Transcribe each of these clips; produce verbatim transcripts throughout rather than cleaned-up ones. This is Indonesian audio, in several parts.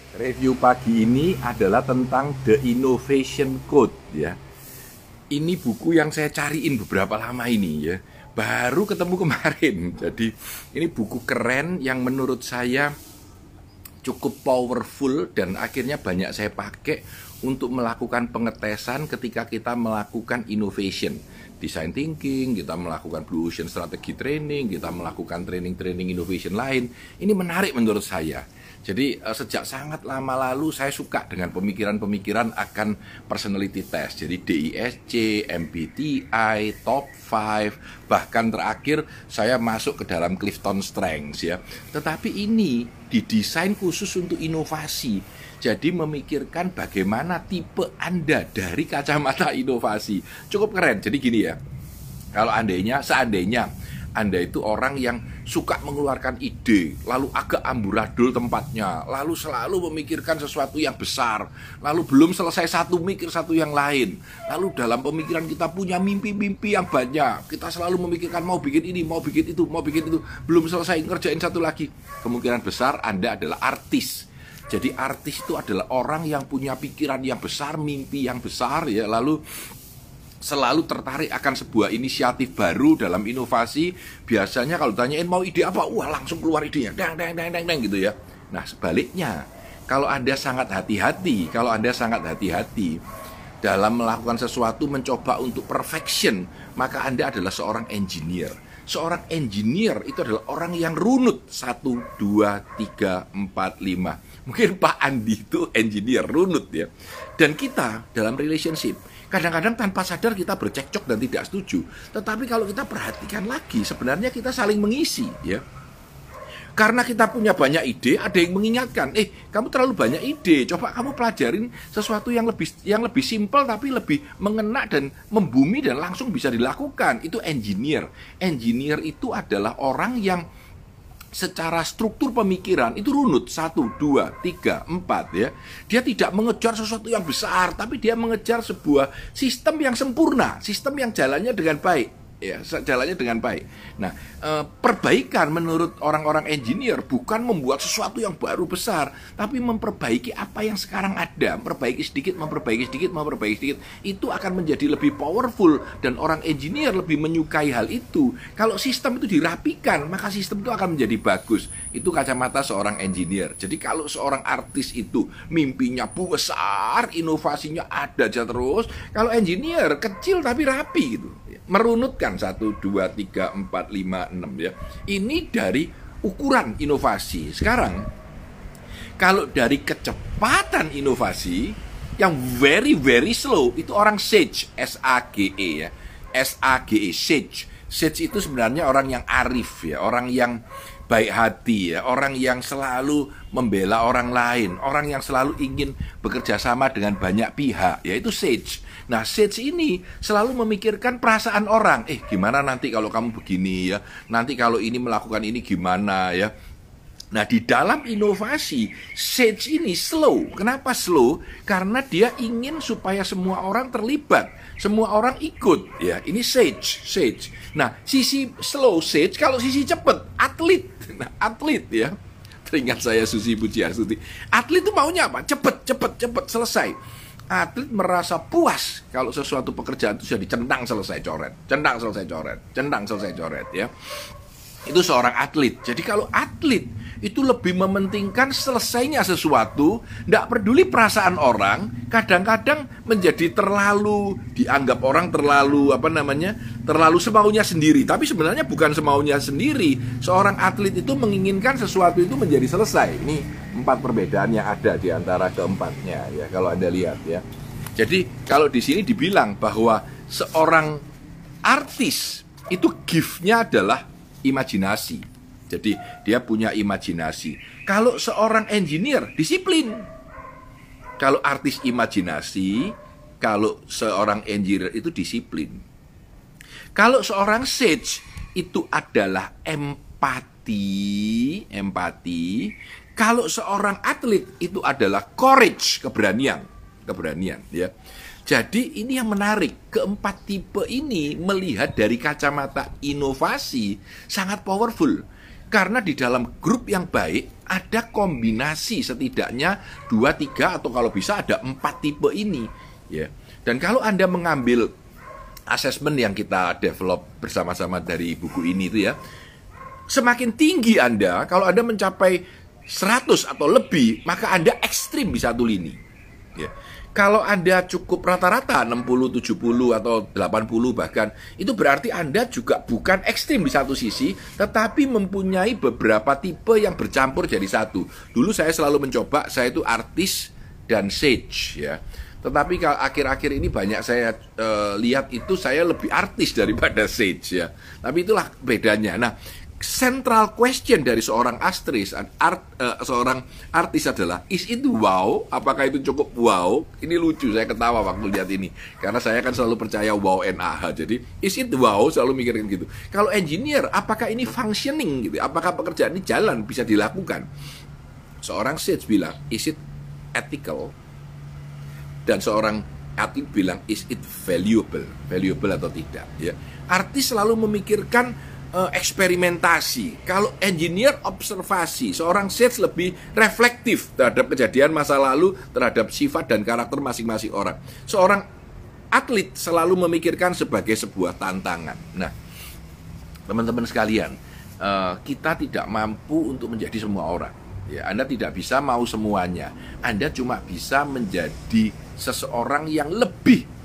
Review pagi ini adalah tentang The Innovation Code ya. Ini buku yang saya cariin beberapa lama ini ya. Baru ketemu kemarin. Jadi ini buku keren yang menurut saya cukup powerful dan akhirnya banyak saya pakai untuk melakukan pengetesan ketika kita melakukan innovation. Design thinking, kita melakukan Blue Ocean Strategy Training, kita melakukan training-training innovation lain. Ini menarik menurut saya. Jadi sejak sangat lama lalu saya suka dengan pemikiran-pemikiran akan personality test. Jadi D I S C, M B T I, Top lima, bahkan terakhir saya masuk ke dalam Clifton Strengths ya. Tetapi ini didesain khusus untuk inovasi. Jadi memikirkan bagaimana tipe Anda dari kacamata inovasi. Cukup keren. Jadi gini ya. Kalau andainya, seandainya Anda itu orang yang suka mengeluarkan ide, lalu agak amburadul tempatnya, lalu selalu memikirkan sesuatu yang besar, lalu belum selesai satu mikir satu yang lain, lalu dalam pemikiran kita punya mimpi-mimpi yang banyak, kita selalu memikirkan mau bikin ini, mau bikin itu, mau bikin itu, belum selesai ngerjain satu lagi. Kemungkinan besar Anda adalah artis. Jadi artis itu adalah orang yang punya pikiran yang besar, mimpi yang besar ya, lalu selalu tertarik akan sebuah inisiatif baru dalam inovasi. Biasanya kalau tanyain mau ide apa, wah langsung keluar idenya, dang dang dang dang dang gitu ya. Nah sebaliknya, kalau Anda sangat hati-hati, kalau Anda sangat hati-hati dalam melakukan sesuatu mencoba untuk perfection, maka Anda adalah seorang engineer. Seorang engineer itu adalah orang yang runut. Satu, dua, tiga, empat, lima. Mungkin Pak Andi itu engineer, runut ya. Dan kita dalam relationship, kadang-kadang tanpa sadar kita bercekcok dan tidak setuju. Tetapi kalau kita perhatikan lagi, sebenarnya kita saling mengisi ya. Karena kita punya banyak ide, ada yang mengingatkan, eh kamu terlalu banyak ide, coba kamu pelajarin sesuatu yang lebih yang lebih simpel tapi lebih mengena dan membumi dan langsung bisa dilakukan. Itu engineer. Engineer itu adalah orang yang secara struktur pemikiran itu runut, satu, dua, tiga, empat ya. Dia tidak mengejar sesuatu yang besar, tapi dia mengejar sebuah sistem yang sempurna, sistem yang jalannya dengan baik. Ya, jalannya dengan baik. Nah, e, perbaikan menurut orang-orang engineer bukan membuat sesuatu yang baru besar, tapi memperbaiki apa yang sekarang ada, memperbaiki sedikit, memperbaiki sedikit, memperbaiki sedikit. Itu akan menjadi lebih powerful dan orang engineer lebih menyukai hal itu. Kalau sistem itu dirapikan, maka sistem itu akan menjadi bagus. Itu kacamata seorang engineer. Jadi kalau seorang artis itu mimpinya besar, inovasinya ada aja terus. Kalau engineer kecil tapi rapi gitu. Merunutkan satu, dua, tiga, empat, lima, enam ya. Ini dari ukuran inovasi. Sekarang kalau dari kecepatan inovasi yang very very slow itu orang sage, S A G E ya. S A G E, sage. Sage itu sebenarnya orang yang arif ya, orang yang baik hati ya, orang yang selalu membela orang lain, orang yang selalu ingin bekerja sama dengan banyak pihak, yaitu sage. Nah, sage ini selalu memikirkan perasaan orang. Eh, gimana nanti kalau kamu begini ya? Nanti kalau ini melakukan ini gimana ya? Nah, di dalam inovasi, sage ini slow. Kenapa slow? Karena dia ingin supaya semua orang terlibat, semua orang ikut. Ya, ini sage, sage. Nah, sisi slow sage, kalau sisi cepat, atlet. Nah, atlet ya. Teringat saya Susi Pujiastuti. Atlet itu maunya apa? Cepet, cepet, cepet, selesai. Atlet merasa puas kalau sesuatu pekerjaan itu sudah dicentang selesai coret, centang selesai coret, centang selesai coret ya. Itu seorang atlet. Jadi kalau atlet itu lebih mementingkan selesainya sesuatu, tidak peduli perasaan orang, kadang-kadang menjadi terlalu dianggap orang terlalu apa namanya, terlalu semaunya sendiri. Tapi sebenarnya bukan semaunya sendiri. Seorang atlet itu menginginkan sesuatu itu menjadi selesai. Ini empat perbedaan yang ada di antara keempatnya ya, kalau Anda lihat ya. Jadi kalau di sini dibilang bahwa seorang artis itu gift-nya adalah imajinasi. Jadi dia punya imajinasi. Kalau seorang engineer disiplin. Kalau artis imajinasi, kalau seorang engineer itu disiplin. Kalau seorang sage itu adalah empati, empati. Kalau seorang atlet itu adalah courage, keberanian, keberanian ya. Jadi ini yang menarik, keempat tipe ini melihat dari kacamata inovasi sangat powerful. Karena di dalam grup yang baik ada kombinasi setidaknya dua, tiga, atau kalau bisa ada empat tipe ini, ya. Dan kalau Anda mengambil asesmen yang kita develop bersama-sama dari buku ini itu ya, semakin tinggi Anda, kalau Anda mencapai seratus atau lebih, maka Anda ekstrim di satu lini, ya. Kalau Anda cukup rata-rata enam puluh, tujuh puluh, atau delapan puluh bahkan, itu berarti Anda juga bukan ekstrim di satu sisi, tetapi mempunyai beberapa tipe yang bercampur jadi satu. Dulu saya selalu mencoba, saya itu artis dan sage, ya. Tetapi kalau akhir-akhir ini banyak saya uh, lihat itu saya lebih artis daripada sage, ya. Tapi itulah bedanya. Nah, central question dari seorang artis, art, uh, seorang artis adalah, is it wow? Apakah itu cukup wow? Ini lucu, saya ketawa waktu lihat ini, karena saya kan selalu percaya wow N A H. Jadi is it wow? Selalu mikirin gitu. Kalau engineer, apakah ini functioning gitu? Apakah pekerjaan ini jalan, bisa dilakukan? Seorang sage bilang, is it ethical? Dan seorang atlet bilang, is it valuable? Valuable atau tidak? Ya. Artis selalu memikirkan Uh, eksperimentasi. Kalau engineer observasi. Seorang sage lebih reflektif terhadap kejadian masa lalu, terhadap sifat dan karakter masing-masing orang. Seorang atlet selalu memikirkan sebagai sebuah tantangan. Nah, teman-teman sekalian, uh, kita tidak mampu untuk menjadi semua orang, ya. Anda tidak bisa mau semuanya. Anda cuma bisa menjadi seseorang yang lebih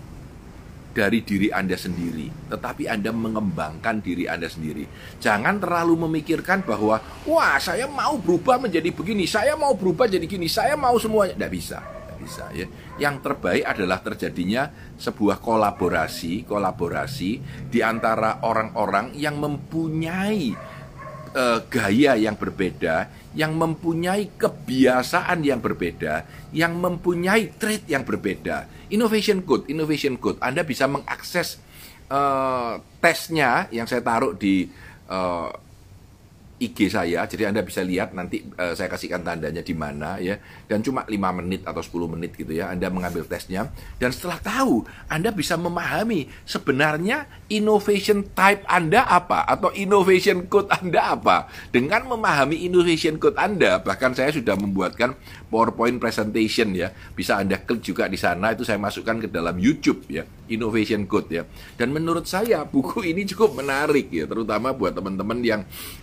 dari diri Anda sendiri, tetapi Anda mengembangkan diri Anda sendiri. Jangan terlalu memikirkan bahwa, wah, saya mau berubah menjadi begini, saya mau berubah jadi gini, saya mau semuanya. Tidak bisa, tidak bisa, ya. Yang terbaik adalah terjadinya sebuah kolaborasi, kolaborasi di antara orang-orang yang mempunyai uh, gaya yang berbeda, yang mempunyai kebiasaan yang berbeda, yang mempunyai trait yang berbeda. Innovation Code, Innovation Code, Anda bisa mengakses uh, tesnya yang saya taruh di uh, I G saya, jadi Anda bisa lihat nanti uh, saya kasihkan tandanya di mana, ya. Dan cuma lima menit atau sepuluh menit gitu ya, Anda mengambil tesnya. Dan setelah tahu, Anda bisa memahami sebenarnya innovation type Anda apa, atau innovation code Anda apa. Dengan memahami innovation code Anda, bahkan saya sudah membuatkan PowerPoint presentation, ya. Bisa Anda klik juga di sana, itu saya masukkan ke dalam YouTube, ya, innovation code, ya. Dan menurut saya buku ini cukup menarik, ya, terutama buat teman-teman yang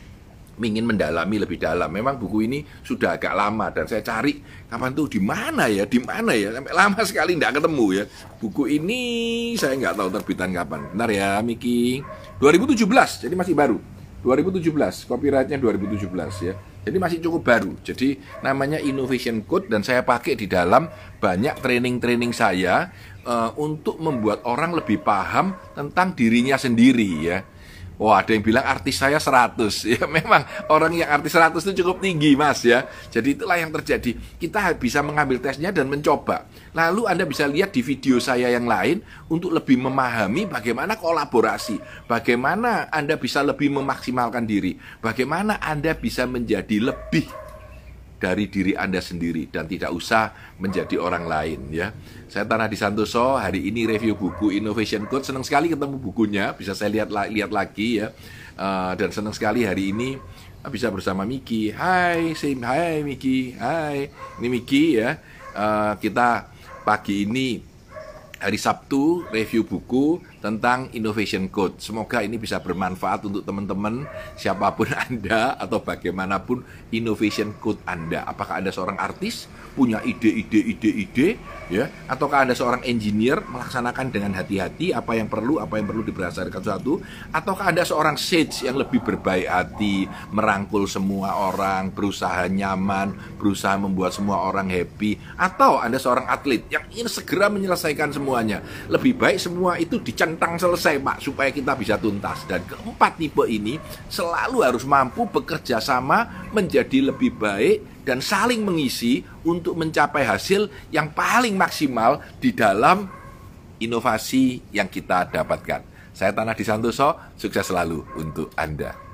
ingin mendalami lebih dalam. Memang buku ini sudah agak lama dan saya cari kapan tuh, di mana ya, di mana ya, sampai lama sekali tidak ketemu, ya. Buku ini saya nggak tahu terbitan kapan. Bentar ya, Miki. dua ribu tujuh belas, jadi masih baru. dua ribu tujuh belas, copyrightnya dua ribu tujuh belas, ya. Jadi masih cukup baru. Jadi namanya Innovation Code dan saya pakai di dalam banyak training-training saya uh, untuk membuat orang lebih paham tentang dirinya sendiri, ya. Wah, ada yang bilang artis saya seratus. Ya, memang orang yang artis seratus itu cukup tinggi, Mas, ya. Jadi itulah yang terjadi. Kita bisa mengambil tesnya dan mencoba. Lalu Anda bisa lihat di video saya yang lain untuk lebih memahami bagaimana kolaborasi, bagaimana Anda bisa lebih memaksimalkan diri, bagaimana Anda bisa menjadi lebih dari diri Anda sendiri dan tidak usah menjadi orang lain, ya. Saya Tanah Di Santoso, hari ini review buku Innovation Code. Senang sekali ketemu bukunya, bisa saya lihat lihat lagi, ya. Uh, dan senang sekali hari ini bisa bersama Miki. Hai, say hai Miki. Hai. Ini Miki, ya. Uh, kita pagi ini hari Sabtu review buku tentang Innovation Code. Semoga ini bisa bermanfaat untuk teman-teman, siapapun Anda atau bagaimanapun Innovation Code Anda. Apakah Anda seorang artis, punya ide-ide, ide-ide, ya, ataukah Anda seorang engineer, melaksanakan dengan hati-hati apa yang perlu, apa yang perlu diberdasarkan satu, ataukah Anda seorang sage yang lebih berbaik hati, merangkul semua orang, berusaha nyaman, berusaha membuat semua orang happy, atau Anda seorang atlet yang ingin segera menyelesaikan semuanya. Lebih baik semua itu dicentang selesai, Pak, supaya kita bisa tuntas. Dan keempat tipe ini selalu harus mampu bekerja sama menjadi lebih baik dan saling mengisi untuk mencapai hasil yang paling maksimal di dalam inovasi yang kita dapatkan. Saya Tanah Di Santoso, sukses selalu untuk Anda.